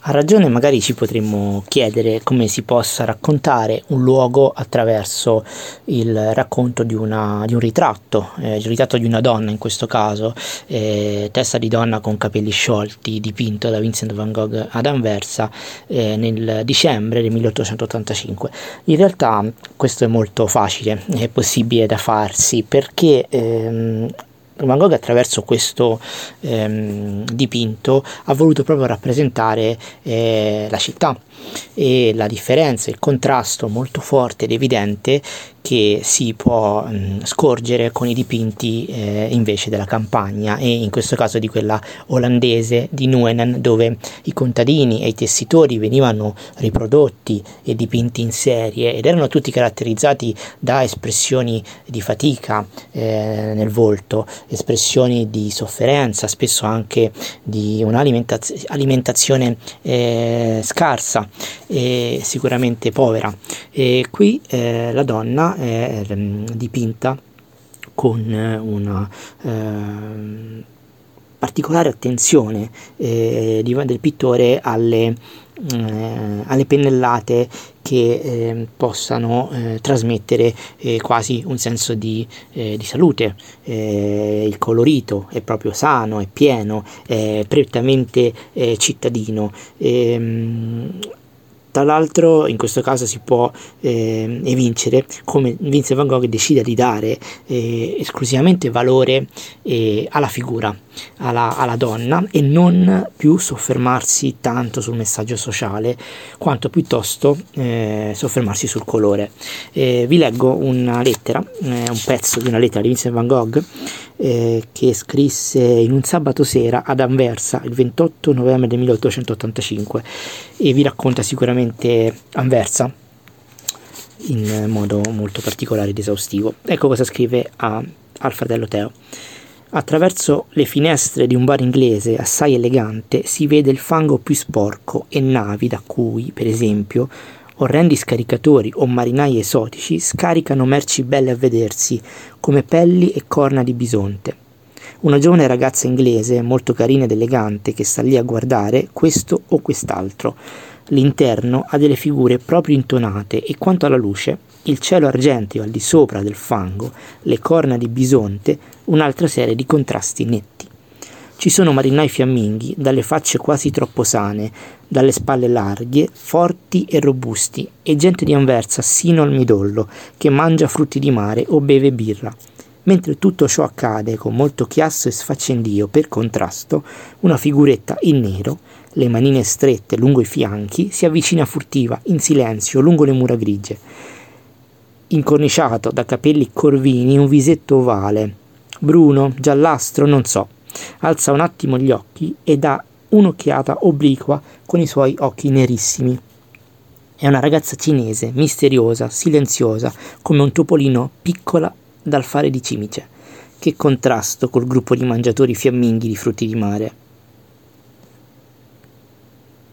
A ragione magari ci potremmo chiedere come si possa raccontare un luogo attraverso il racconto di un ritratto, il ritratto di una donna in questo caso, testa di donna con capelli sciolti, dipinto da Vincent van Gogh ad Anversa nel dicembre del 1885. In realtà questo è molto facile, è possibile da farsi perché Van Gogh attraverso questo dipinto ha voluto proprio rappresentare la città e la differenza, il contrasto molto forte ed evidente che si può scorgere con i dipinti invece della campagna, e in questo caso di quella olandese di Nuenen, dove i contadini e i tessitori venivano riprodotti e dipinti in serie ed erano tutti caratterizzati da espressioni di fatica nel volto, espressioni di sofferenza, spesso anche di un'alimentazione scarsa e sicuramente povera. E qui la donna è dipinta con una particolare attenzione del pittore alle pennellate che possano trasmettere quasi un senso di salute. Il colorito è proprio sano, è pieno, è prettamente cittadino. Tra l'altro in questo caso si può evincere come Vincent van Gogh decida di dare esclusivamente valore alla figura, alla donna, e non più soffermarsi tanto sul messaggio sociale quanto piuttosto soffermarsi sul colore. Vi leggo una lettera, un pezzo di una lettera di Vincent van Gogh che scrisse in un sabato sera ad Anversa il 28 novembre del 1885, e vi racconta sicuramente Anversa in modo molto particolare ed esaustivo. Ecco cosa scrive al fratello Teo. Attraverso le finestre di un bar inglese assai elegante si vede il fango più sporco e navi da cui, per esempio, orrendi scaricatori o marinai esotici scaricano merci belle a vedersi, come pelli e corna di bisonte. Una giovane ragazza inglese, molto carina ed elegante, che sta lì a guardare questo o quest'altro. L'interno ha delle figure proprio intonate, e quanto alla luce, il cielo argenteo al di sopra del fango, le corna di bisonte, un'altra serie di contrasti netti. Ci sono marinai fiamminghi, dalle facce quasi troppo sane, dalle spalle larghe, forti e robusti, e gente di Anversa sino al midollo, che mangia frutti di mare o beve birra. Mentre tutto ciò accade con molto chiasso e sfaccendio, per contrasto, una figuretta in nero, le manine strette lungo i fianchi, si avvicina furtiva, in silenzio, lungo le mura grigie. Incorniciato da capelli corvini, un visetto ovale, bruno, giallastro, non so. Alza un attimo gli occhi e dà un'occhiata obliqua con i suoi occhi nerissimi. È una ragazza cinese, misteriosa, silenziosa, come un topolino, piccola dal fare di cimice. Che contrasto col gruppo di mangiatori fiamminghi di frutti di mare.